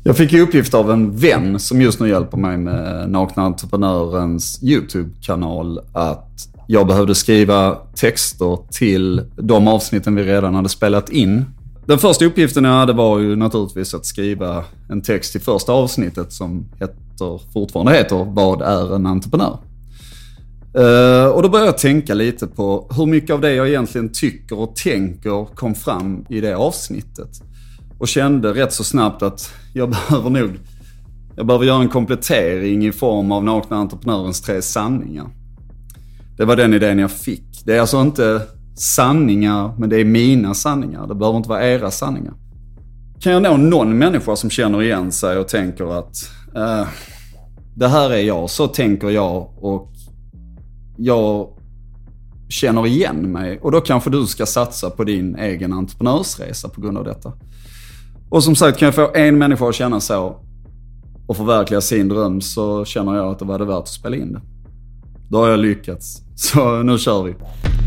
Jag fick ju uppgift av en vän som just nu hjälper mig med Nakna Entreprenörens YouTube-kanal att jag behövde skriva texter till de avsnitten vi redan hade spelat in. Den första uppgiften jag hade var ju naturligtvis att skriva en text till första avsnittet som fortfarande heter Vad är en entreprenör? Och då började jag tänka lite på hur mycket av det jag egentligen tycker och tänker kom fram i det avsnittet. Och kände rätt så snabbt att jag behöver göra en komplettering i form av Nakna Entreprenörens 3 sanningar. Det var den idén jag fick. Det är alltså inte sanningar, men det är mina sanningar. Det behöver inte vara era sanningar. Kan jag nå någon människa som känner igen sig och tänker att det här är jag, så tänker jag och jag känner igen mig. Och då kanske du ska satsa på din egen entreprenörsresa på grund av detta. Och som sagt, kan jag få en människa att känna så och förverkliga sin dröm, så känner jag att det var det värt att spela in det. Då har jag lyckats. Så nu kör vi.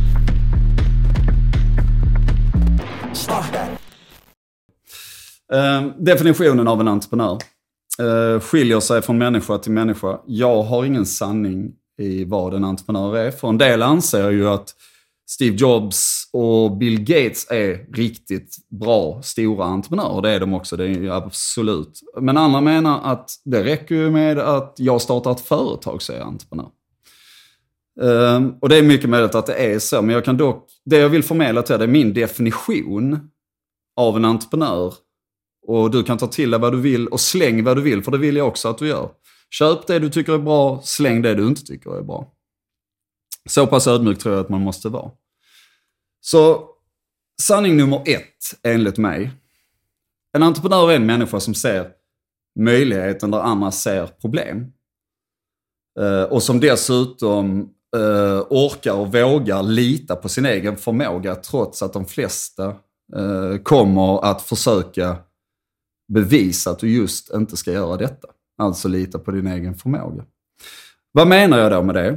Definitionen av en entreprenör skiljer sig från människa till människa. Jag har ingen sanning i vad en entreprenör är. För en del anser ju att Steve Jobs och Bill Gates är riktigt bra, stora entreprenörer. Det är de också, det är ju absolut. Men andra menar att det räcker ju med att jag startar ett företag, så är jag entreprenör. Och det är mycket möjligt att det är så. Men jag kan dock, det jag vill förmedla till det är min definition av en entreprenör. Och du kan ta till dig vad du vill och släng vad du vill, för det vill jag också att du gör. Köp det du tycker är bra, släng det du inte tycker är bra. Så pass ödmjuk tror jag att man måste vara. Så sanning nummer 1 enligt mig. En entreprenör är en människa som ser möjligheten där andra ser problem. Och som dessutom orkar och vågar lita på sin egen förmåga, trots att de flesta kommer att försöka bevisa att du just inte ska göra detta. Alltså lita på din egen förmåga. Vad menar jag då med det?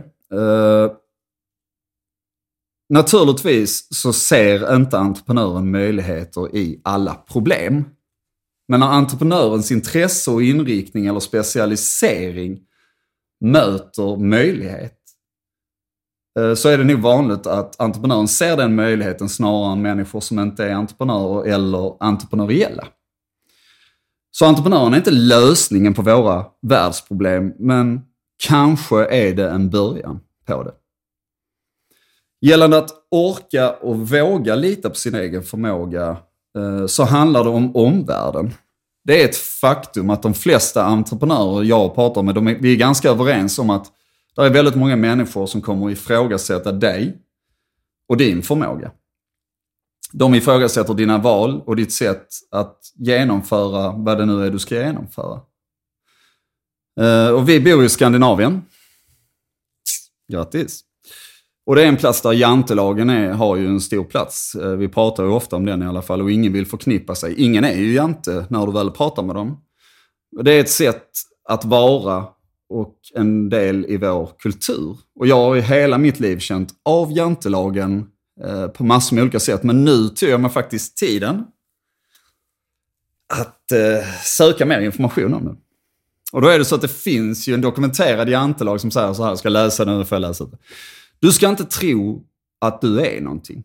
Naturligtvis så ser inte entreprenören möjligheter i alla problem. Men när entreprenörens intresse och inriktning eller specialisering möter möjlighet, så är det nog vanligt att entreprenören ser den möjligheten snarare än människor som inte är entreprenörer eller entreprenöriella. Så entreprenören är inte lösningen på våra världsproblem, men kanske är det en början på det. Gällande att orka och våga lita på sin egen förmåga, så handlar det om omvärlden. Det är ett faktum att de flesta entreprenörer jag pratar med, vi är ganska överens om att det är väldigt många människor som kommer ifrågasätta dig och din förmåga. De ifrågasätter dina val och ditt sätt att genomföra vad det nu är du ska genomföra. Och vi bor i Skandinavien. Grattis. Och det är en plats där jantelagen har ju en stor plats. Vi pratar ju ofta om den i alla fall, och ingen vill förknippa sig. Ingen är ju jante när du väl pratar med dem. Det är ett sätt att vara och en del i vår kultur. Och jag har i hela mitt liv känt av jantelagen på massor med olika sätt. Men nu tog jag mig faktiskt tiden att söka mer information om det. Och då är det så att det finns ju en dokumenterad jantelag som säger så här, jag ska läsa den och får läsa det. Du ska inte tro att du är någonting.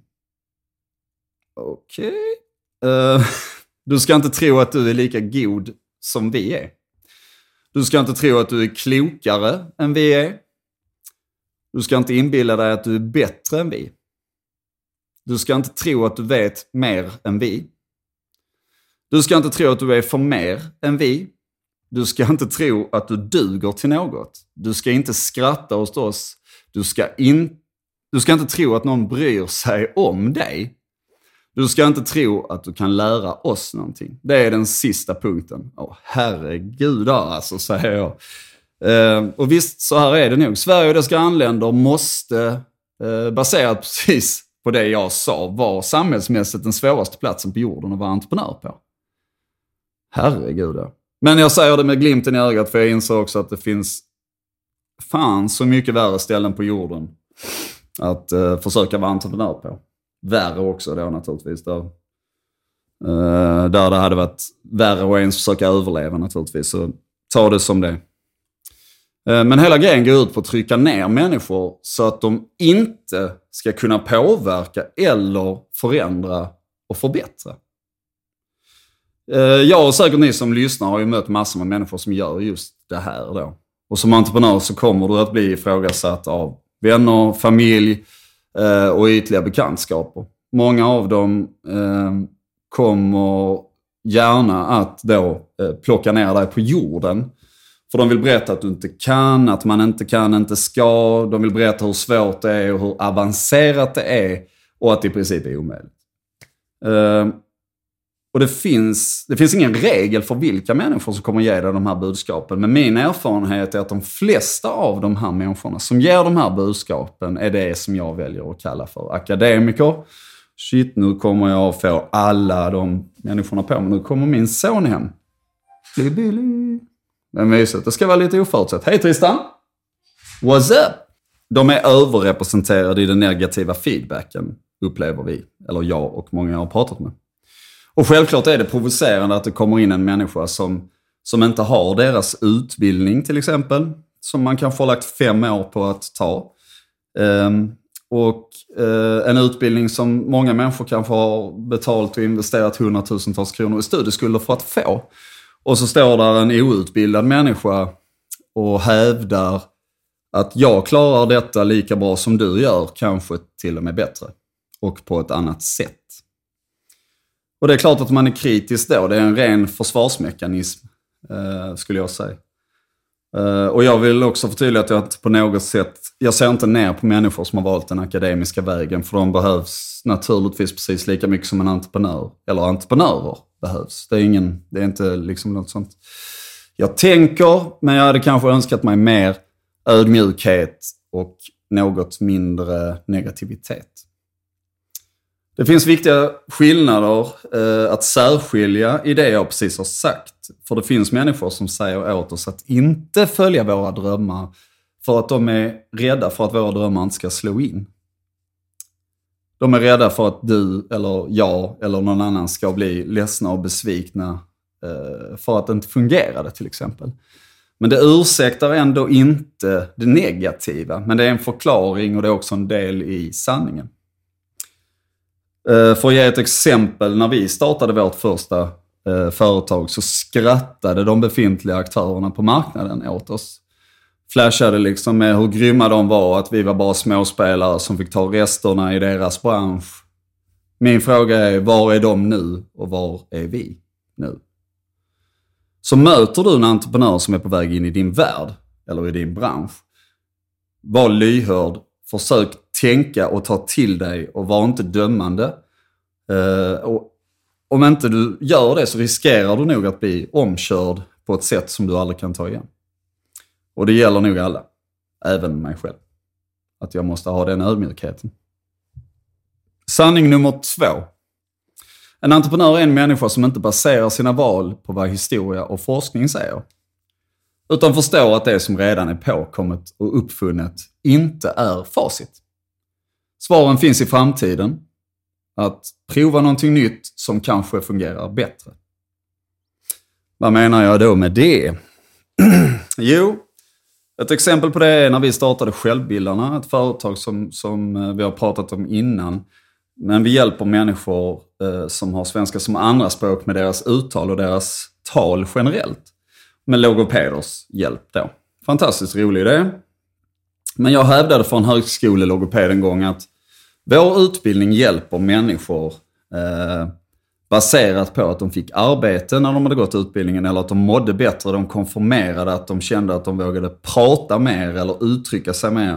Okej. Du ska inte tro att du är lika god som vi är. Du ska inte tro att du är klokare än vi är. Du ska inte inbilla dig att du är bättre än vi. Du ska inte tro att du vet mer än vi. Du ska inte tro att du är för mer än vi. Du ska inte tro att du duger till något. Du ska inte skratta åt oss. Du ska inte tro att någon bryr sig om dig. Du ska inte tro att du kan lära oss någonting. Det är den sista punkten. Herregud alltså, säger jag. Och visst, så här är det nog. Sverige och dess grannländer måste, baserat precis på det jag sa, vara samhällsmässigt den svåraste platsen på jorden att vara entreprenör på. Herregud. Men jag säger det med glimten i ögat, för jag inser också att det finns fan så mycket värre ställen på jorden att försöka vara entreprenör på. Värre också då naturligtvis. Där Där det hade varit värre att ens försöka överleva naturligtvis. Så ta det som det. Men hela grejen går ut på att trycka ner människor så att de inte ska kunna påverka eller förändra och förbättra. Jag och säkert ni som lyssnar har ju mött massor med människor som gör just det här då. Och som entreprenör så kommer du att bli ifrågasatt av vänner, familj och ytliga bekantskaper. Många av dem kommer gärna att då plocka ner dig på jorden. För de vill berätta att du inte kan, att man inte kan, inte ska. De vill berätta hur svårt det är och hur avancerat det är och att det i princip är omöjligt. Och det finns ingen regel för vilka människor som kommer ge dig de här budskapen. Men min erfarenhet är att de flesta av de här människorna som ger de här budskapen är det som jag väljer att kalla för akademiker. Shit, nu kommer jag att få alla de människorna på mig. Nu kommer min son hem. Billy. Men mysigt. Det ska vara lite oförutsett. Hej Tristan! What's up? De är överrepresenterade i den negativa feedbacken, upplever vi. Eller jag och många jag har pratat med. Och självklart är det provocerande att det kommer in en människa som inte har deras utbildning till exempel. Som man kanske har lagt 5 år på att ta. En utbildning som många människor kanske har betalt och investerat 100,000-tals kronor i studieskulder för att få. Och så står där en outbildad människa och hävdar att jag klarar detta lika bra som du gör, kanske till och med bättre. Och på ett annat sätt. Och det är klart att man är kritisk då. Det är en ren försvarsmekanism, skulle jag säga. Och jag vill också förtydliga att jag inte på något sätt... Jag ser inte ner på människor som har valt den akademiska vägen. För de behövs naturligtvis precis lika mycket som en entreprenör. Eller entreprenörer behövs. Det är inte liksom något sånt. Jag tänker, men jag hade kanske önskat mig mer ödmjukhet och något mindre negativitet. Det finns viktiga skillnader att särskilja i det jag precis har sagt. För det finns människor som säger åt oss att inte följa våra drömmar för att de är rädda för att våra drömmar inte ska slå in. De är rädda för att du eller jag eller någon annan ska bli ledsna och besvikna för att det inte fungerade till exempel. Men det ursäktar ändå inte det negativa. Men det är en förklaring och det är också en del i sanningen. För att ge ett exempel, när vi startade vårt första företag så skrattade de befintliga aktörerna på marknaden åt oss. Flashade liksom med hur grymma de var, att vi var bara småspelare som fick ta resterna i deras bransch. Min fråga är, var är de nu och var är vi nu? Så möter du en entreprenör som är på väg in i din värld eller i din bransch, var lyhörd, försök tänka och ta till dig och var inte dömande. Och om inte du gör det så riskerar du nog att bli omkörd på ett sätt som du aldrig kan ta igen. Och det gäller nog alla, även mig själv. Att jag måste ha den ödmjukheten. Sanning nummer 2. En entreprenör är en människa som inte baserar sina val på vad historia och forskning säger. Utan förstår att det som redan är påkommet och uppfunnet inte är facit. Svaren finns i framtiden. Att prova någonting nytt som kanske fungerar bättre. Vad menar jag då med det? Jo, ett exempel på det är när vi startade Självbildarna. Ett företag som vi har pratat om innan. Men vi hjälper människor som har svenska som andra språk med deras uttal och deras tal generellt. Med logopeders hjälp då. Fantastiskt rolig idé. Men jag hävdade för en högskolelogoped en gång att vår utbildning hjälper människor baserat på att de fick arbete när de hade gått utbildningen eller att de mådde bättre, de konformerade, att de kände att de vågade prata mer eller uttrycka sig mer.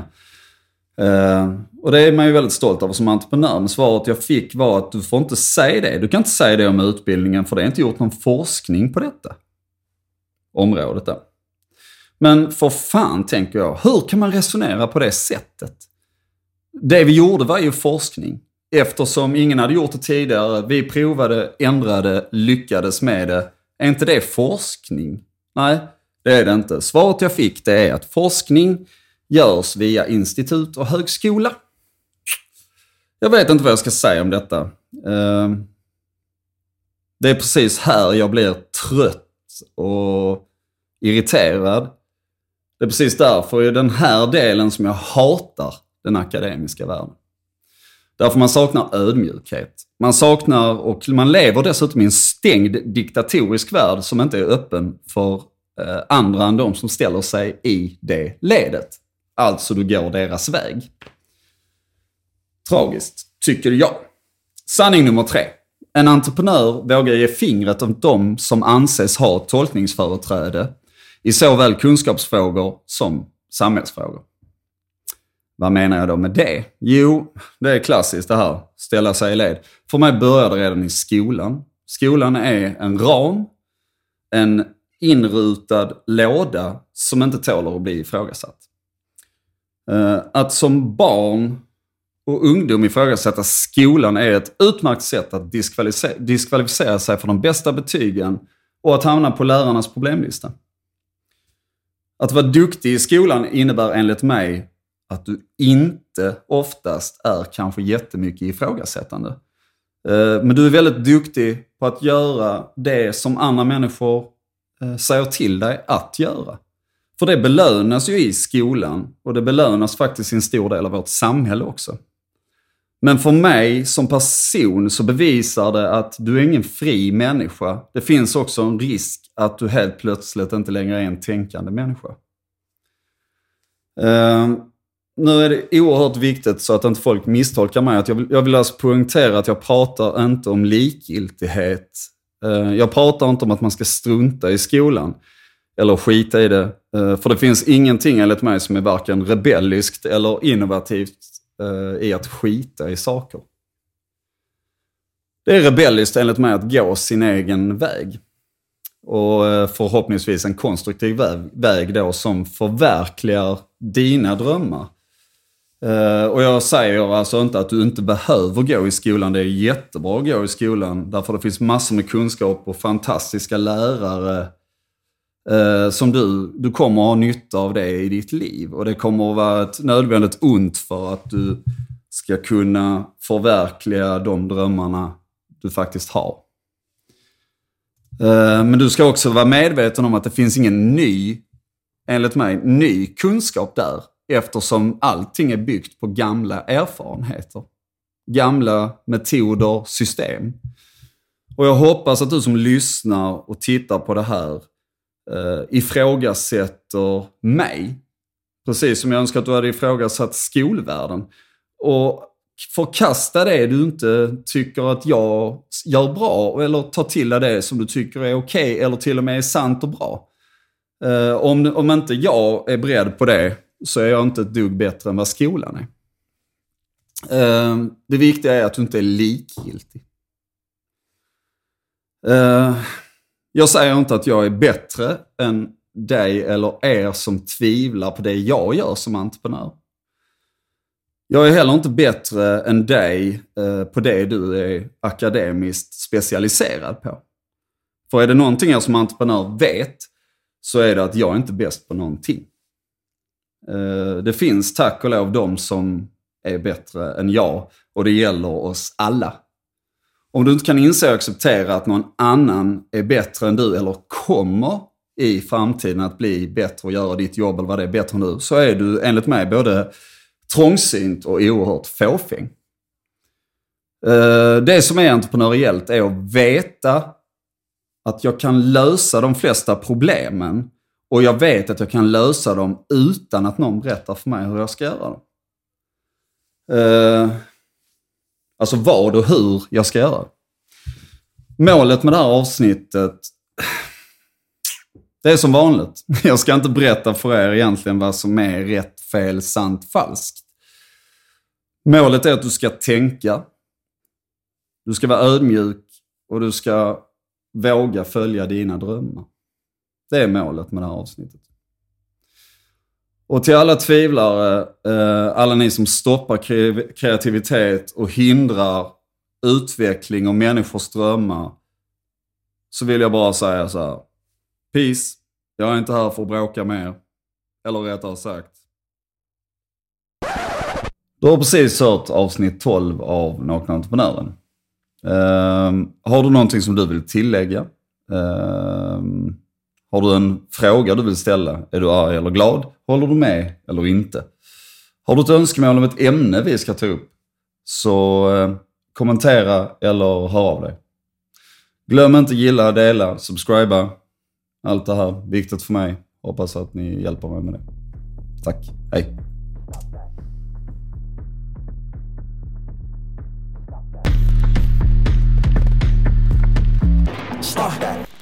Och det är man ju väldigt stolt av som entreprenör. Men svaret jag fick var att du får inte säga det. Du kan inte säga det om utbildningen för det är inte gjort någon forskning på detta området där. Men för fan, tänker jag, hur kan man resonera på det sättet? Det vi gjorde var ju forskning. Eftersom ingen hade gjort det tidigare, vi provade, ändrade, lyckades med det. Är inte det forskning? Nej, det är det inte. Svaret jag fick det är att forskning görs via institut och högskola. Jag vet inte vad jag ska säga om detta. Det är precis här jag blir trött och irriterad. Det är precis därför i den här delen som jag hatar den akademiska världen. Därför man saknar ödmjukhet. Man saknar, och man lever dessutom i en stängd diktatorisk värld som inte är öppen för andra än de som ställer sig i det ledet. Alltså du går deras väg. Tragiskt, tycker jag. Sanning nummer 3. En entreprenör vågar ge fingret åt de som anses ha tolkningsföreträde i såväl kunskapsfrågor som samhällsfrågor. Vad menar jag då med det? Jo, det är klassiskt det här, ställa sig i led. För mig började redan i skolan. Skolan är en ram, en inrutad låda som inte tålar att bli ifrågasatt. Att som barn och ungdom ifrågasätta skolan är ett utmärkt sätt att diskvalificera sig för de bästa betygen och att hamna på lärarnas problemlista. Att vara duktig i skolan innebär enligt mig att du inte oftast är kanske jättemycket ifrågasättande. Men du är väldigt duktig på att göra det som andra människor säger till dig att göra. För det belönas ju i skolan och det belönas faktiskt i en stor del av vårt samhälle också. Men för mig som person så bevisar det att du är ingen fri människa. Det finns också en risk att du helt plötsligt inte längre är en tänkande människa. Nu är det oerhört viktigt så att inte folk misstolkar mig. Att jag vill alltså poängtera att jag pratar inte om likgiltighet. Jag pratar inte om att man ska strunta i skolan eller skita i det. För det finns ingenting enligt mig som är varken rebelliskt eller innovativt i att skita i saker. Det är rebelliskt enligt mig att gå sin egen väg. Och förhoppningsvis en konstruktiv väg då som förverkligar dina drömmar. Och jag säger alltså inte att du inte behöver gå i skolan. Det är jättebra att gå i skolan. Därför det finns massor med kunskap och fantastiska lärare som du kommer att ha nytta av det i ditt liv. Och det kommer att vara ett nödvändigt ont för att du ska kunna förverkliga de drömmarna du faktiskt har. Men du ska också vara medveten om att det finns ingen enligt mig, ny kunskap där. Eftersom allting är byggt på gamla erfarenheter. Gamla metoder, system. Och jag hoppas att du som lyssnar och tittar på det här ifrågasätter mig. Precis som jag önskar att du hade ifrågasatt skolvärlden. Och förkasta det du inte tycker att jag gör bra. Eller ta till det som du tycker är okej. Eller till och med är sant och bra. Om inte jag är beredd på det så är jag inte ett dugg bättre än vad skolan är. Det viktiga är att du inte är likgiltig. Jag säger inte att jag är bättre än dig eller er som tvivlar på det jag gör som entreprenör. Jag är heller inte bättre än dig på det du är akademiskt specialiserad på. För är det någonting jag som entreprenör vet så är det att jag inte är bäst på någonting. Det finns tack och lov de som är bättre än jag och det gäller oss alla. Om du inte kan inse och acceptera att någon annan är bättre än du eller kommer i framtiden att bli bättre och göra ditt jobb eller vad det är bättre än du, så är du enligt mig både trångsynt och oerhört fåfäng. Det som är entreprenöriellt är att veta att jag kan lösa de flesta problemen och jag vet att jag kan lösa dem utan att någon berättar för mig hur jag ska göra dem. Alltså vad och hur jag ska göra. Målet med det här avsnittet, det är som vanligt. Jag ska inte berätta för er egentligen vad som är rätt, fel, sant, falskt. Målet är att du ska tänka, du ska vara ödmjuk och du ska våga följa dina drömmar. Det är målet med det här avsnittet. Och till alla tvivlare, alla ni som stoppar kreativitet och hindrar utveckling och människors drömmar, så vill jag bara säga så här: peace, jag är inte här för att bråka med er. Eller rättare sagt. Du har precis hört avsnitt 12 av Nakna Entreprenören. Har du någonting som du vill tillägga? Har du en fråga du vill ställa? Är du arg eller glad? Håller du med eller inte? Har du ett önskemål om ett ämne vi ska ta upp? Så kommentera eller hör av dig. Glöm inte gilla, dela, subscriba. Allt det här, viktigt för mig. Hoppas att ni hjälper mig med det. Tack, hej. Stop that.